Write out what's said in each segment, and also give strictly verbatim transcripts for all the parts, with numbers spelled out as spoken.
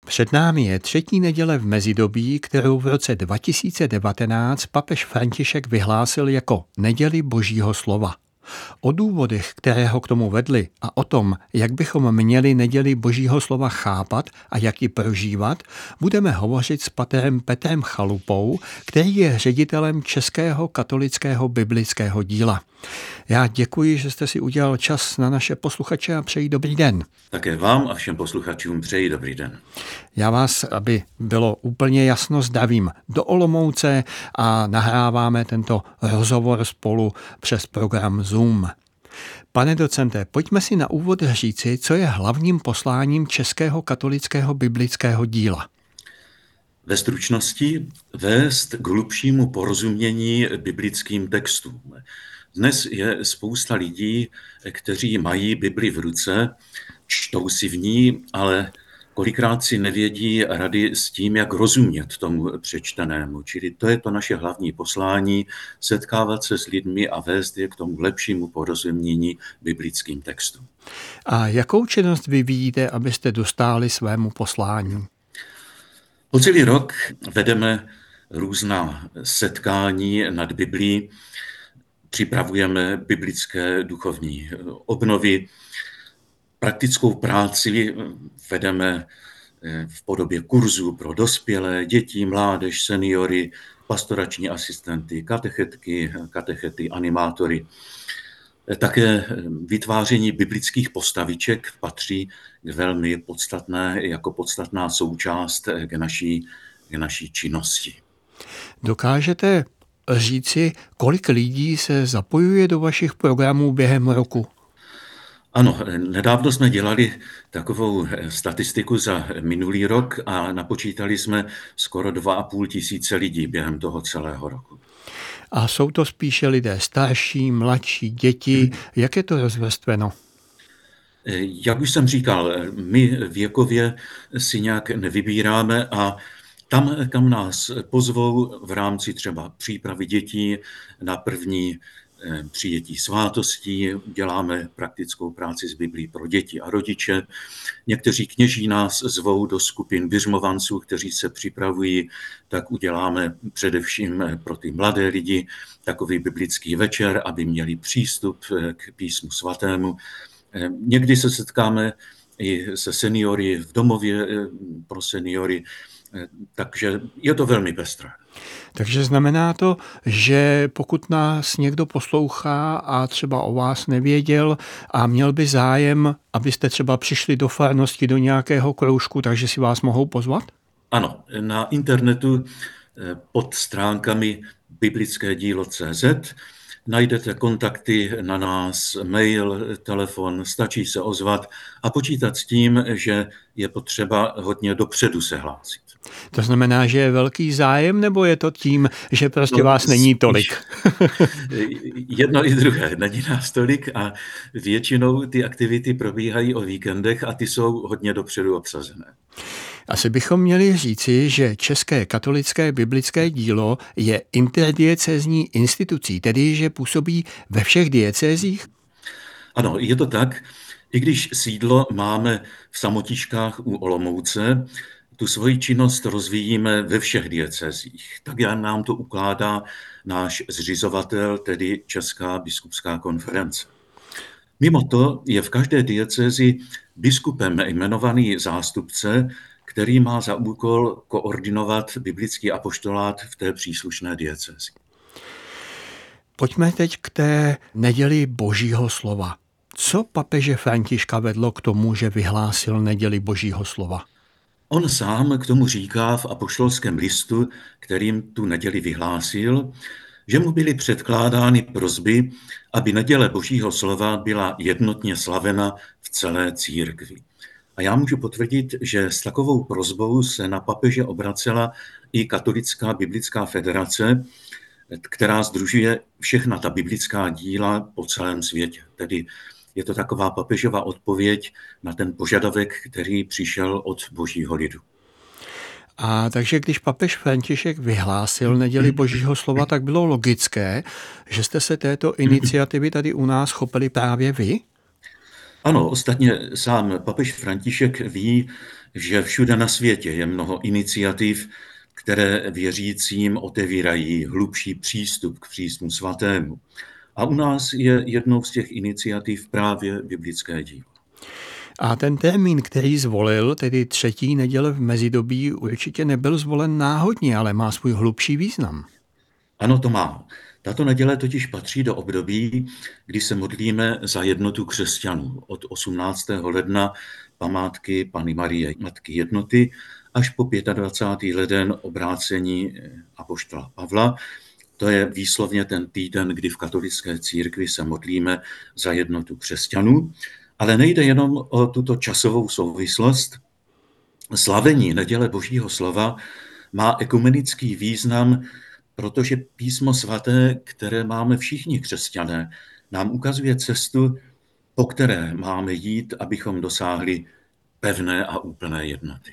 Před námi je třetí neděle v mezidobí, kterou v roce dva tisíce devatenáct papež František vyhlásil jako neděli Božího slova. O důvodech, které ho k tomu vedly, a o tom, jak bychom měli neděli Božího slova chápat a jak ji prožívat, budeme hovořit s paterem Petrem Chalupou, který je ředitelem Českého katolického biblického díla. Já děkuji, že jste si udělal čas na naše posluchače a přeji dobrý den. Také vám a všem posluchačům přeji dobrý den. Já vás, aby bylo úplně jasno, zdravím do Olomouce a nahráváme tento rozhovor spolu přes program Zoom. Pane docente, pojďme si na úvod říci, co je hlavním posláním Českého katolického biblického díla. Ve stručnosti vést k hlubšímu porozumění biblickým textům. Dnes je spousta lidí, kteří mají Bibli v ruce, čtou si v ní, ale kolikrát si nevědí rady s tím, jak rozumět tomu přečtenému. Čili to je to naše hlavní poslání, setkávat se s lidmi a vést je k tomu lepšímu porozumění biblickým textům. A jakou činnost vyvíjíte, abyste dostáli svému poslání? Po celý rok vedeme různá setkání nad Biblií, připravujeme biblické duchovní obnovy, praktickou práci vedeme v podobě kurzů pro dospělé, děti, mládež, seniory, pastorační asistenty, katechetky, katechety, animátory. Také vytváření biblických postaviček patří k velmi podstatné, jako podstatná součást k naší, k naší činnosti. Dokážete říci, kolik lidí se zapojuje do vašich programů během roku? Ano, nedávno jsme dělali takovou statistiku za minulý rok a napočítali jsme skoro dva a půl tisíce lidí během toho celého roku. A jsou to spíše lidé starší, mladší, děti. Jak je to rozvrstveno? Jak už jsem říkal, my věkově si nějak nevybíráme a tam, kam nás pozvou v rámci třeba přípravy dětí na první přijetí svátostí, děláme praktickou práci s Biblií pro děti a rodiče. Někteří kněží nás zvou do skupin biřmovanců, kteří se připravují, tak uděláme především pro ty mladé lidi takový biblický večer, aby měli přístup k písmu svatému. Někdy se setkáme i se seniory v domově pro seniory, takže je to velmi pestré. Takže znamená to, že pokud nás někdo poslouchá a třeba o vás nevěděl a měl by zájem, abyste třeba přišli do farnosti, do nějakého kroužku, takže si vás mohou pozvat? Ano, na internetu pod stránkami biblické dílo tečka cé zet najdete kontakty na nás, mail, telefon, stačí se ozvat a počítat s tím, že je potřeba hodně dopředu se hlásit. To znamená, že je velký zájem, nebo je to tím, že prostě no, vás není tolik? Jedno i druhé, není nás tolik a většinou ty aktivity probíhají o víkendech a ty jsou hodně dopředu obsazené. Asi bychom měli říci, že České katolické biblické dílo je interdiecézní institucí, tedy že působí ve všech diecézích? Ano, je to tak. I když sídlo máme v Samotiškách u Olomouce, tu svoji činnost rozvíjíme ve všech diecézích. Tak nám to ukládá náš zřizovatel, tedy Česká biskupská konference. Mimo to je v každé diecézi biskupem jmenovaný zástupce, který má za úkol koordinovat biblický apoštolát v té příslušné diecézi. Pojďme teď k té neděli Božího slova. Co papeže Františka vedlo k tomu, že vyhlásil neděli Božího slova? On sám k tomu říká v apoštolském listu, kterým tu neděli vyhlásil, že mu byly předkládány prosby, aby neděle Božího slova byla jednotně slavena v celé církvi. A já můžu potvrdit, že s takovou prosbou se na papeže obracela i Katolická biblická federace, která sdružuje všechna ta biblická díla po celém světě. Tedy je to taková papežova odpověď na ten požadavek, který přišel od Božího lidu. A takže když papež František vyhlásil neděli Božího slova, tak bylo logické, že jste se této iniciativy tady u nás chopili právě vy? Ano, ostatně sám papež František ví, že všude na světě je mnoho iniciativ, které věřícím otevírají hlubší přístup k písmu svatému. A u nás je jednou z těch iniciativ právě biblické dílo. A ten termín, který zvolil, tedy třetí neděle v mezidobí, určitě nebyl zvolen náhodně, ale má svůj hlubší význam. Ano, to má. Tato neděle totiž patří do období, kdy se modlíme za jednotu křesťanů. Od osmnáctého ledna památky Panny Marie, Matky jednoty, až po dvacátého pátého leden obrácení apoštola Pavla. To je výslovně ten týden, kdy v katolické církvi se modlíme za jednotu křesťanů. Ale nejde jenom o tuto časovou souvislost. Slavení neděle Božího slova má ekumenický význam, protože písmo svaté, které máme všichni křesťané, nám ukazuje cestu, po které máme jít, abychom dosáhli pevné a úplné jednoty.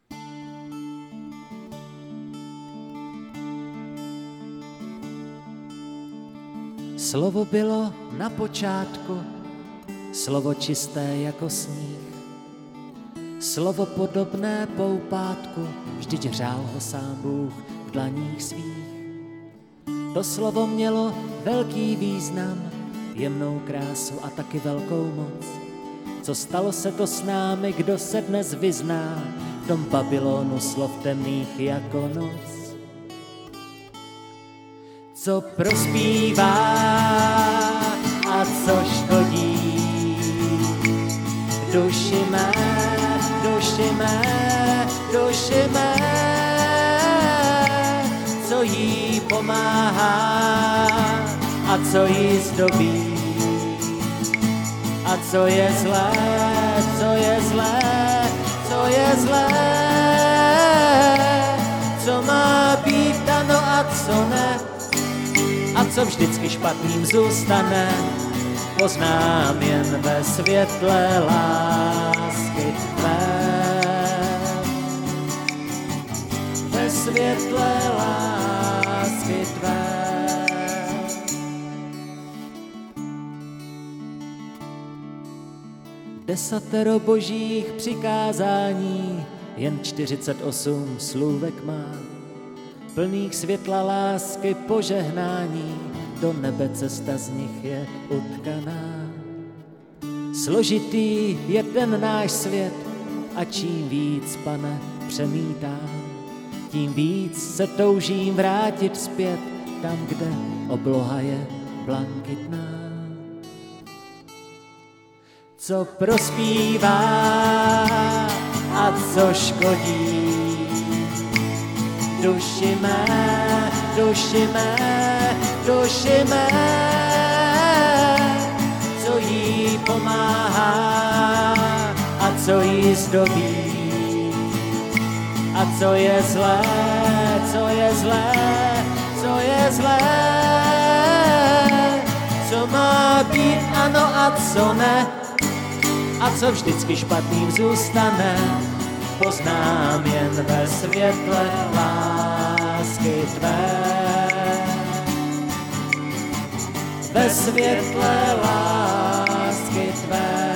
Slovo bylo na počátku, slovo čisté jako sníh, slovo podobné poupátku, vždyť hřál ho sám Bůh v dlaních svých. To slovo mělo velký význam, jemnou krásu a taky velkou moc. Co stalo se to s námi, kdo se dnes vyzná v tom Babylonu slov temných jako noc? Co prospívá a co škodí duši mé, duši mé, duši mé, co jí pomáhá a co jí zdobí a co je zlé, co je zlé, co je zlé, co má být dano a co ne, a co vždycky špatným zůstane, poznám jen ve světle lásky tvé. Ve světle lásky tvé. Desatero božích přikázání, jen čtyřicet osm slůvek má, plných světla lásky požehnání, do nebe cesta z nich je utkaná. Složitý je ten náš svět a čím víc, Pane, přemítám, tím víc se toužím vrátit zpět tam, kde obloha je blankitná. Co prospívá a co škodí duši mé, duši mé, duši mé, co jí pomáhá a co jí zdobí a co je zlé, co je zlé, co je zlé, co má být ano a co ne, a co vždycky špatným zůstane, poznám jen ve světle lásky tvé. Ve světle lásky tvé.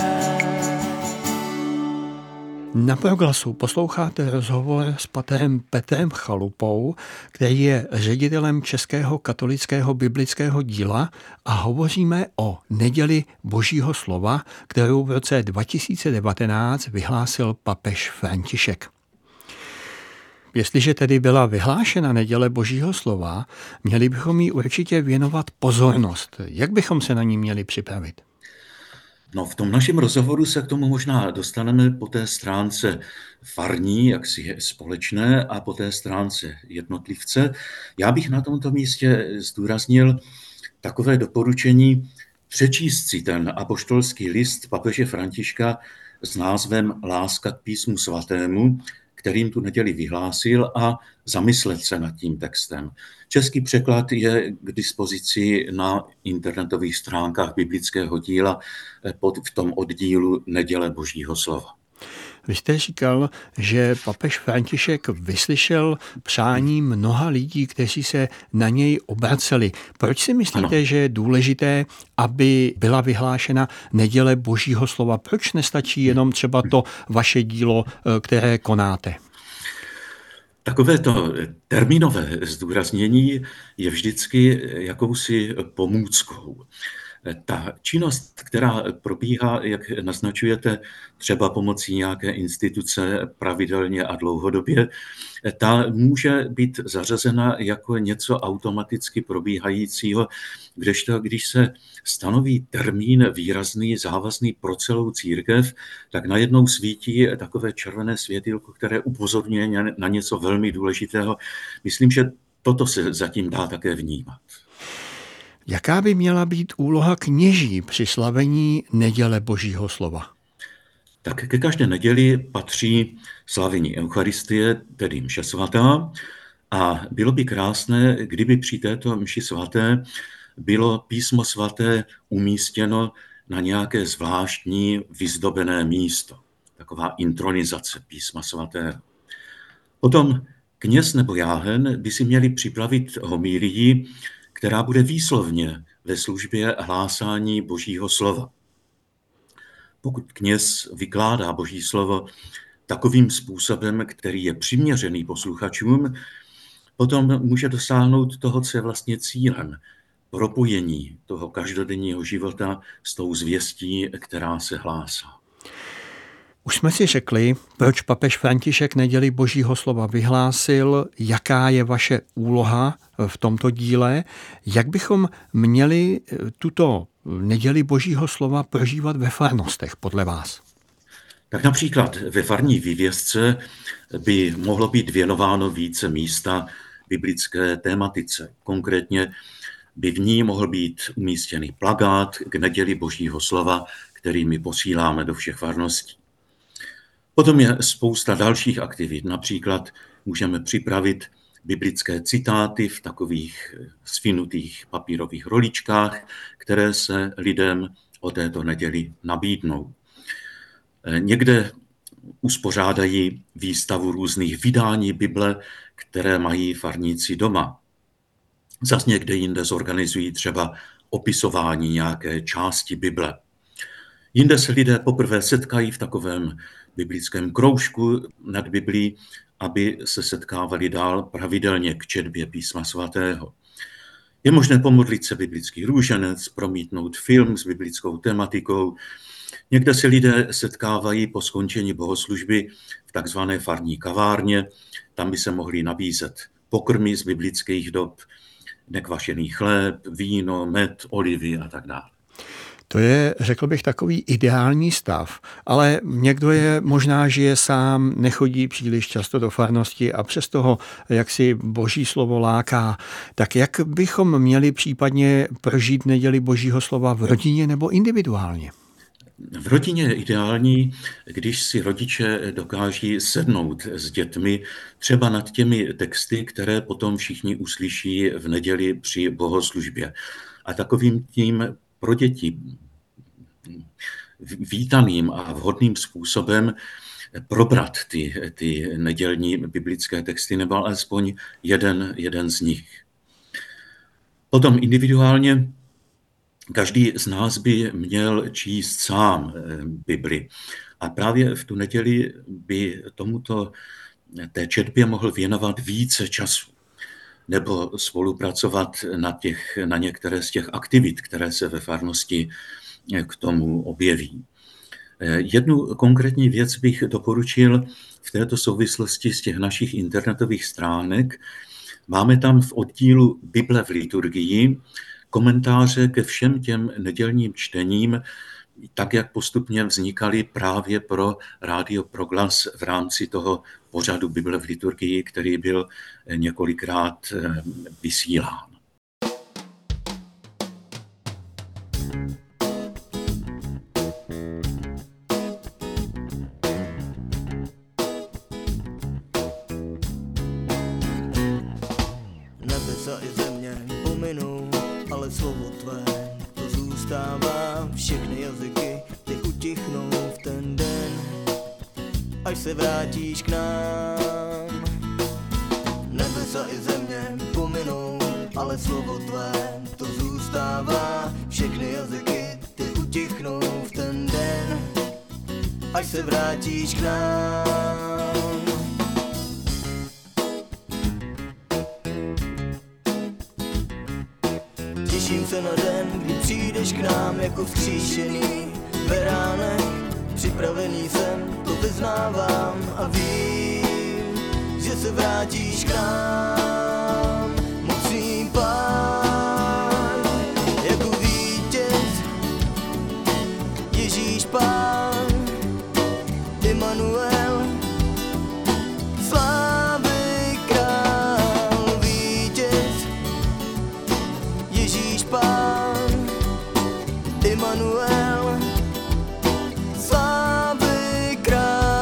Na Proglasu posloucháte rozhovor s patrem Petrem Chalupou, který je ředitelem Českého katolického biblického díla, a hovoříme o neděli Božího slova, kterou v roce dva tisíce devatenáct vyhlásil papež František. Jestliže tedy byla vyhlášena neděle Božího slova, měli bychom jí určitě věnovat pozornost. Jak bychom se na ní měli připravit? No, v tom našem rozhovoru se k tomu možná dostaneme po té stránce farní, jaksi je společné, a po té stránce jednotlivce. Já bych na tomto místě zdůraznil takové doporučení přečíst si ten apoštolský list papeže Františka s názvem Láska k písmu svatému, kterým tu neděli vyhlásil, a zamyslet se nad tím textem. Český překlad je k dispozici na internetových stránkách biblického díla pod, v tom oddílu Neděle Božího slova. Vy jste říkal, že papež František vyslyšel přání mnoha lidí, kteří se na něj obraceli. Proč si myslíte, ano. že je důležité, aby byla vyhlášena neděle Božího slova? Proč nestačí jenom třeba to vaše dílo, které konáte? Takovéto termínové zdůraznění je vždycky jakousi pomůckou. Ta činnost, která probíhá, jak naznačujete, třeba pomocí nějaké instituce pravidelně a dlouhodobě, ta může být zařazena jako něco automaticky probíhajícího, kdežto když se stanoví termín výrazný, závazný pro celou církev, tak najednou svítí takové červené světýlko, které upozorňuje na něco velmi důležitého. Myslím, že toto se zatím dá také vnímat. Jaká by měla být úloha kněží při slavení neděle Božího slova? Tak ke každé neděli patří slavení Eucharistie, tedy mše svatá, a bylo by krásné, kdyby při této mši svaté bylo písmo svaté umístěno na nějaké zvláštní vyzdobené místo. Taková intronizace písma svatého. Potom kněz nebo jáhen by si měli připravit homílii, která bude výslovně ve službě hlásání Božího slova. Pokud kněz vykládá Boží slovo takovým způsobem, který je přiměřený posluchačům, potom může dosáhnout toho, co je vlastně cílem, propojení toho každodenního života s tou zvěstí, která se hlásá. Už jsme si řekli, proč papež František neděli Božího slova vyhlásil, jaká je vaše úloha v tomto díle, jak bychom měli tuto neděli Božího slova prožívat ve farnostech podle vás? Tak například ve farní vývězce by mohlo být věnováno více místa biblické tématice. Konkrétně by v ní mohl být umístěný plakát k neděli Božího slova, který my posíláme do všech farností. Potom je spousta dalších aktivit. Například můžeme připravit biblické citáty v takových svinutých papírových roličkách, které se lidem o této neděli nabídnou. Někde uspořádají výstavu různých vydání Bible, které mají farníci doma. Zas někde jinde zorganizují třeba opisování nějaké části Bible. Jinde se lidé poprvé setkají v takovém biblickém kroužku nad Biblí, aby se setkávali dál pravidelně k četbě písma svatého. Je možné pomodlit se biblický růženec, promítnout film s biblickou tematikou. Někde se lidé setkávají po skončení bohoslužby v takzvané farní kavárně. Tam by se mohli nabízet pokrmy z biblických dob, nekvašený chléb, víno, med, olivy a tak dále. To je, řekl bych, takový ideální stav, ale někdo je možná žije sám, nechodí příliš často do farnosti a přes toho, jak si Boží slovo láká. Tak jak bychom měli případně prožít neděli Božího slova v rodině nebo individuálně? V rodině je ideální, když si rodiče dokáží sednout s dětmi třeba nad těmi texty, které potom všichni uslyší v neděli při bohoslužbě. A takovým tím pro děti vítaným a vhodným způsobem probrat ty, ty nedělní biblické texty, nebo alespoň jeden, jeden z nich. Potom individuálně každý z nás by měl číst sám Bibli. A právě v tu neděli by tomuto té četbě mohl věnovat více času. Nebo spolupracovat na, těch, na některé z těch aktivit, které se ve farnosti k tomu objeví. Jednu konkrétní věc bych doporučil v této souvislosti z těch našich internetových stránek. Máme tam v oddílu Bible v liturgii komentáře ke všem těm nedělním čtením, tak jak postupně vznikaly právě pro Rádio Proglas v rámci toho pořadu Bible v liturgii, který byl několikrát vysílán. Nebesa i země pominou, ale slovo tvé to zůstává. Všechny jazyky ty utichnou v ten den. se vrátíš k nám. Nebesa i země pominou, ale slovo tvé to zůstává. Všechny jazyky ty utichnou v ten den, až se vrátíš k nám. Těším se na den, kdy přijdeš k nám jako vzkříšený beránek. Připravený jsem, to vyznávám a vím, že se vrátíš k nám. Mocný Pán, jako vítěz, Ježíš Pán, Immanuel, slávy král, vítěz, Ježíš Pán, Immanuel, slávy král.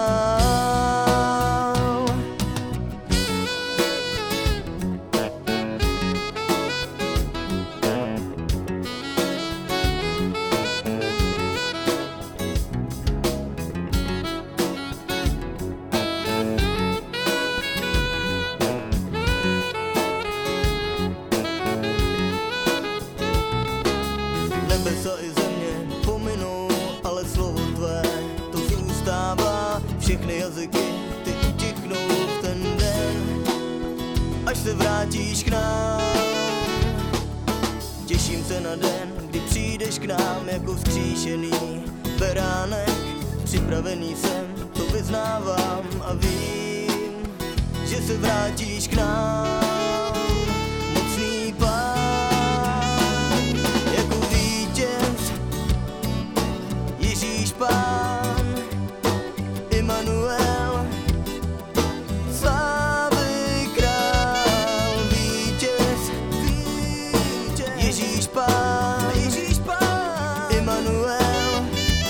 Nebesa i země pominou, ale slovo tvé to zůstává. Všechny jazyky ty utichnou v ten den, až se vrátíš k nám. Těším se na den, kdy přijdeš k nám jako vzkříšený beránek. Připravený jsem, to vyznávám a vím, že se vrátíš k nám. Mocný Pán, jako vítěz, Ježíš Pán, Immanuel, slávy král, vítěz, vítěz, Ježíš Pán, Ježíš Pán, Immanuel,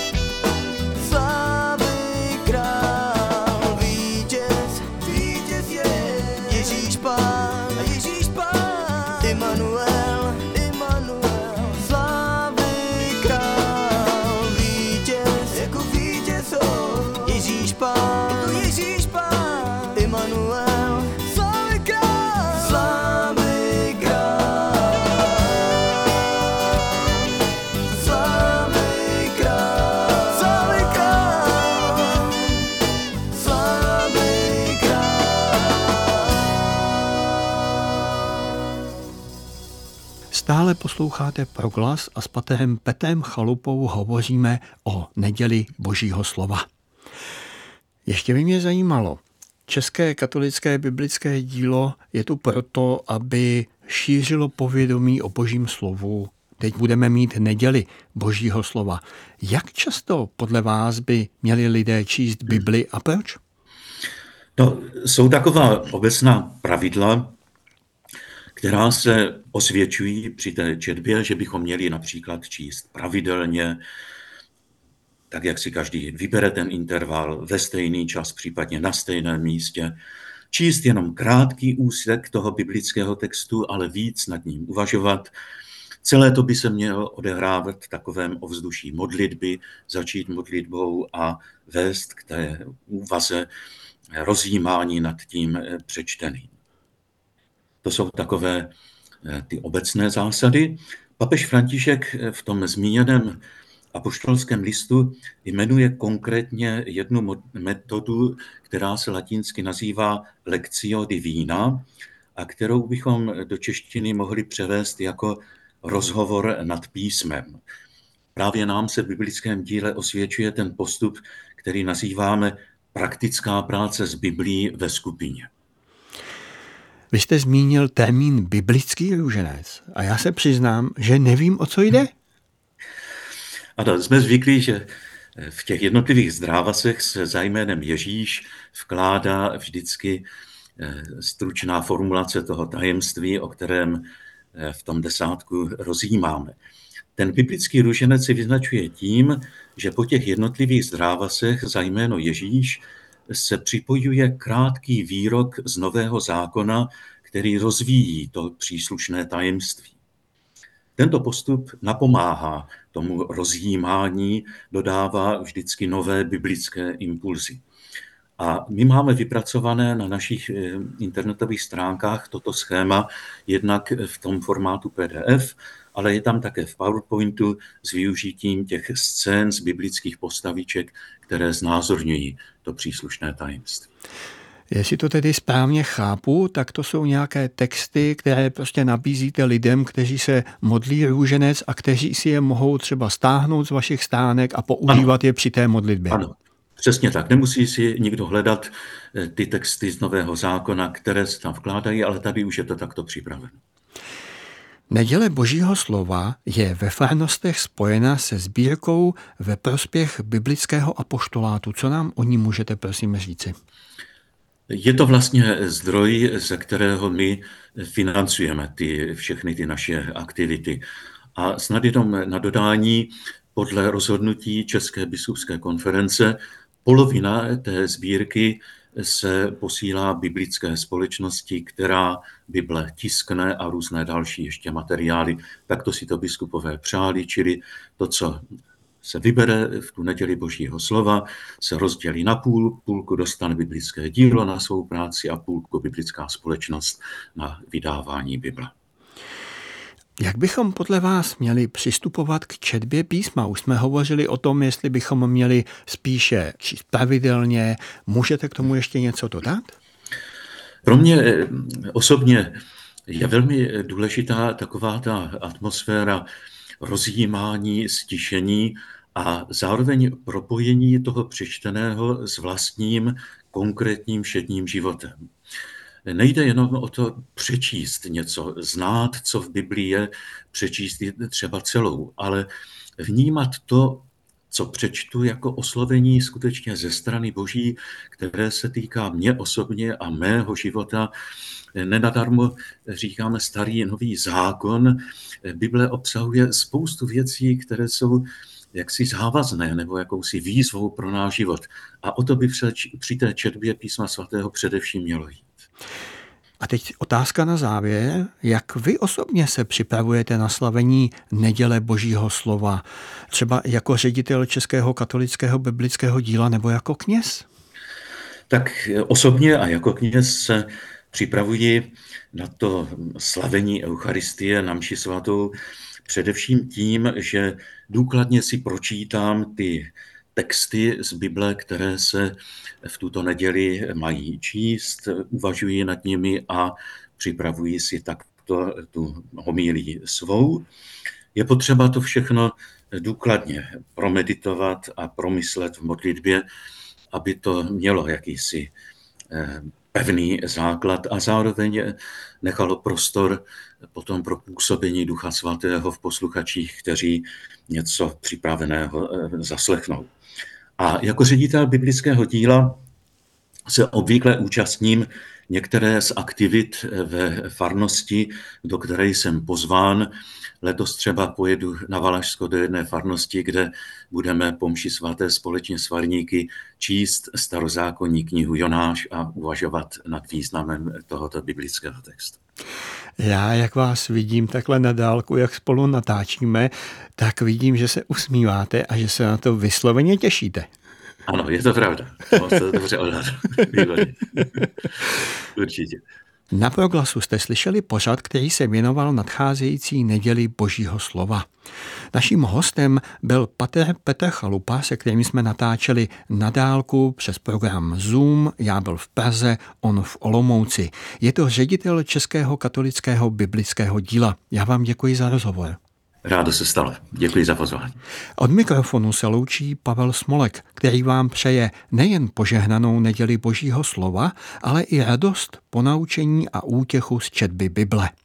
slávy král, vítěz, vítěz je Ježíš Pán, Ježíš Pán, Immanuel, Immanuel, slávy král, vítěz, jako vítěz, oh, Ježíš Pán, jako Ježíš Pán, Immanuel, slávy král, slávy král, slávy král, slávy král, slávy král. Stále posloucháte Proglas a s paterem Petrem Chalupou hovoříme o neděli Božího slova. Ještě by mě zajímalo, české katolické biblické dílo je tu proto, aby šířilo povědomí o Božím slovu. Teď budeme mít neděli Božího slova. Jak často podle vás by měli lidé číst Bibli a proč? No, jsou taková obecná pravidla, která se osvědčují při té četbě, že bychom měli například číst pravidelně, tak jak si každý vybere ten interval, ve stejný čas, případně na stejném místě. Číst jenom krátký úsek toho biblického textu, ale víc nad ním uvažovat. Celé to by se mělo odehrávat v takovém ovzduší modlitby, začít modlitbou a vést k té úvaze rozjímání nad tím přečteným. To jsou takové ty obecné zásady. Papež František v tom zmíněném apoštolském listu jmenuje konkrétně jednu metodu, která se latinsky nazývá Lectio Divina a kterou bychom do češtiny mohli převést jako rozhovor nad písmem. Právě nám se v biblickém díle osvědčuje ten postup, který nazýváme praktická práce s Biblií ve skupině. Vy jste zmínil termín biblický růženec a já se přiznám, že nevím, o co jde. A to jsme zvyklí, že v těch jednotlivých zdrávasech se za jménem Ježíš vkládá vždycky stručná formulace toho tajemství, o kterém v tom desátku rozjímáme. Ten biblický růženec se vyznačuje tím, že po těch jednotlivých zdrávasech za jméno Ježíš se připojuje krátký výrok z Nového zákona, který rozvíjí to příslušné tajemství. Tento postup napomáhá tomu rozjímání, dodává vždycky nové biblické impulzy. A my máme vypracované na našich internetových stránkách toto schéma jednak v tom formátu P D F, ale je tam také v PowerPointu s využitím těch scén z biblických postavíček, které znázorňují to příslušné tajemství. Jestli to tedy správně chápu, tak to jsou nějaké texty, které prostě nabízíte lidem, kteří se modlí růženec a kteří si je mohou třeba stáhnout z vašich stránek a používat ano. je při té modlitbě. Ano, přesně tak. Nemusí si nikdo hledat ty texty z Nového zákona, které se tam vkládají, ale tady už je to takto připraveno. Neděle Božího slova je ve farnostech spojena se sbírkou ve prospěch biblického apoštolátu. Co nám o ní můžete prosím říci? Je to vlastně zdroj, ze kterého my financujeme ty, všechny ty naše aktivity. A snad jenom na dodání, podle rozhodnutí České biskupské konference, polovina té sbírky se posílá biblické společnosti, která Bible tiskne a různé další ještě materiály. Takto si to biskupové přáli, čili to, co se vybere v tu neděli Božího slova, se rozdělí na půl, půlku dostane biblické dílo na svou práci a půlku biblická společnost na vydávání Bible. Jak bychom podle vás měli přistupovat k četbě písma? Už jsme hovořili o tom, jestli bychom měli spíše číst pravidelně. Můžete k tomu ještě něco dodat? Pro mě osobně je velmi důležitá taková ta atmosféra rozjímání, stišení a zároveň propojení toho přečteného s vlastním konkrétním všedním životem. Nejde jenom o to přečíst něco, znát, co v Biblii je, přečíst třeba celou, ale vnímat to, co přečtu, jako oslovení skutečně ze strany Boží, které se týká mě osobně a mého života. Nenadarmo říkáme starý nový zákon. Bible obsahuje spoustu věcí, které jsou jaksi závazné nebo jakousi výzvou pro náš život. A o to by při té četbě písma svatého především mělo jít. A teď otázka na závěr. Jak vy osobně se připravujete na slavení neděle Božího slova? Třeba jako ředitel Českého katolického biblického díla nebo jako kněz? Tak osobně a jako kněz se připravuji na to slavení Eucharistie, na mši svatou, především tím, že důkladně si pročítám ty texty z Bible, které se v tuto neděli mají číst, uvažuji nad nimi a připravuji si takto tu homílii svou. Je potřeba to všechno důkladně promeditovat a promyslet v modlitbě, aby to mělo jakýsi pevný základ a zároveň nechalo prostor potom pro působení Ducha Svatého v posluchačích, kteří něco připraveného zaslechnou. A jako ředitel biblického díla se obvykle účastním některé z aktivit ve farnosti, do které jsem pozván. Letos třeba pojedu na Valašsko do jedné farnosti, kde budeme po mši svaté společně s farníky číst starozákonní knihu Jonáš a uvažovat nad významem tohoto biblického textu. Já, jak vás vidím takhle na dálku, jak spolu natáčíme, tak vidím, že se usmíváte a že se na to vysloveně těšíte. Ano, je to pravda. Moc to dobře odhadl. Určitě. Na Proglasu jste slyšeli pořad, který se věnoval nadcházející neděli Božího slova. Naším hostem byl pater Petr Chalupa, se kterým jsme natáčeli na dálku přes program Zoom. Já byl v Praze, on v Olomouci. Je to ředitel Českého katolického biblického díla. Já vám děkuji za rozhovor. Rádo se stalo. Děkuji za pozvání. Od mikrofonu se loučí Pavel Smolek, který vám přeje nejen požehnanou neděli Božího slova, ale i radost, ponaučení a útěchu z četby Bible.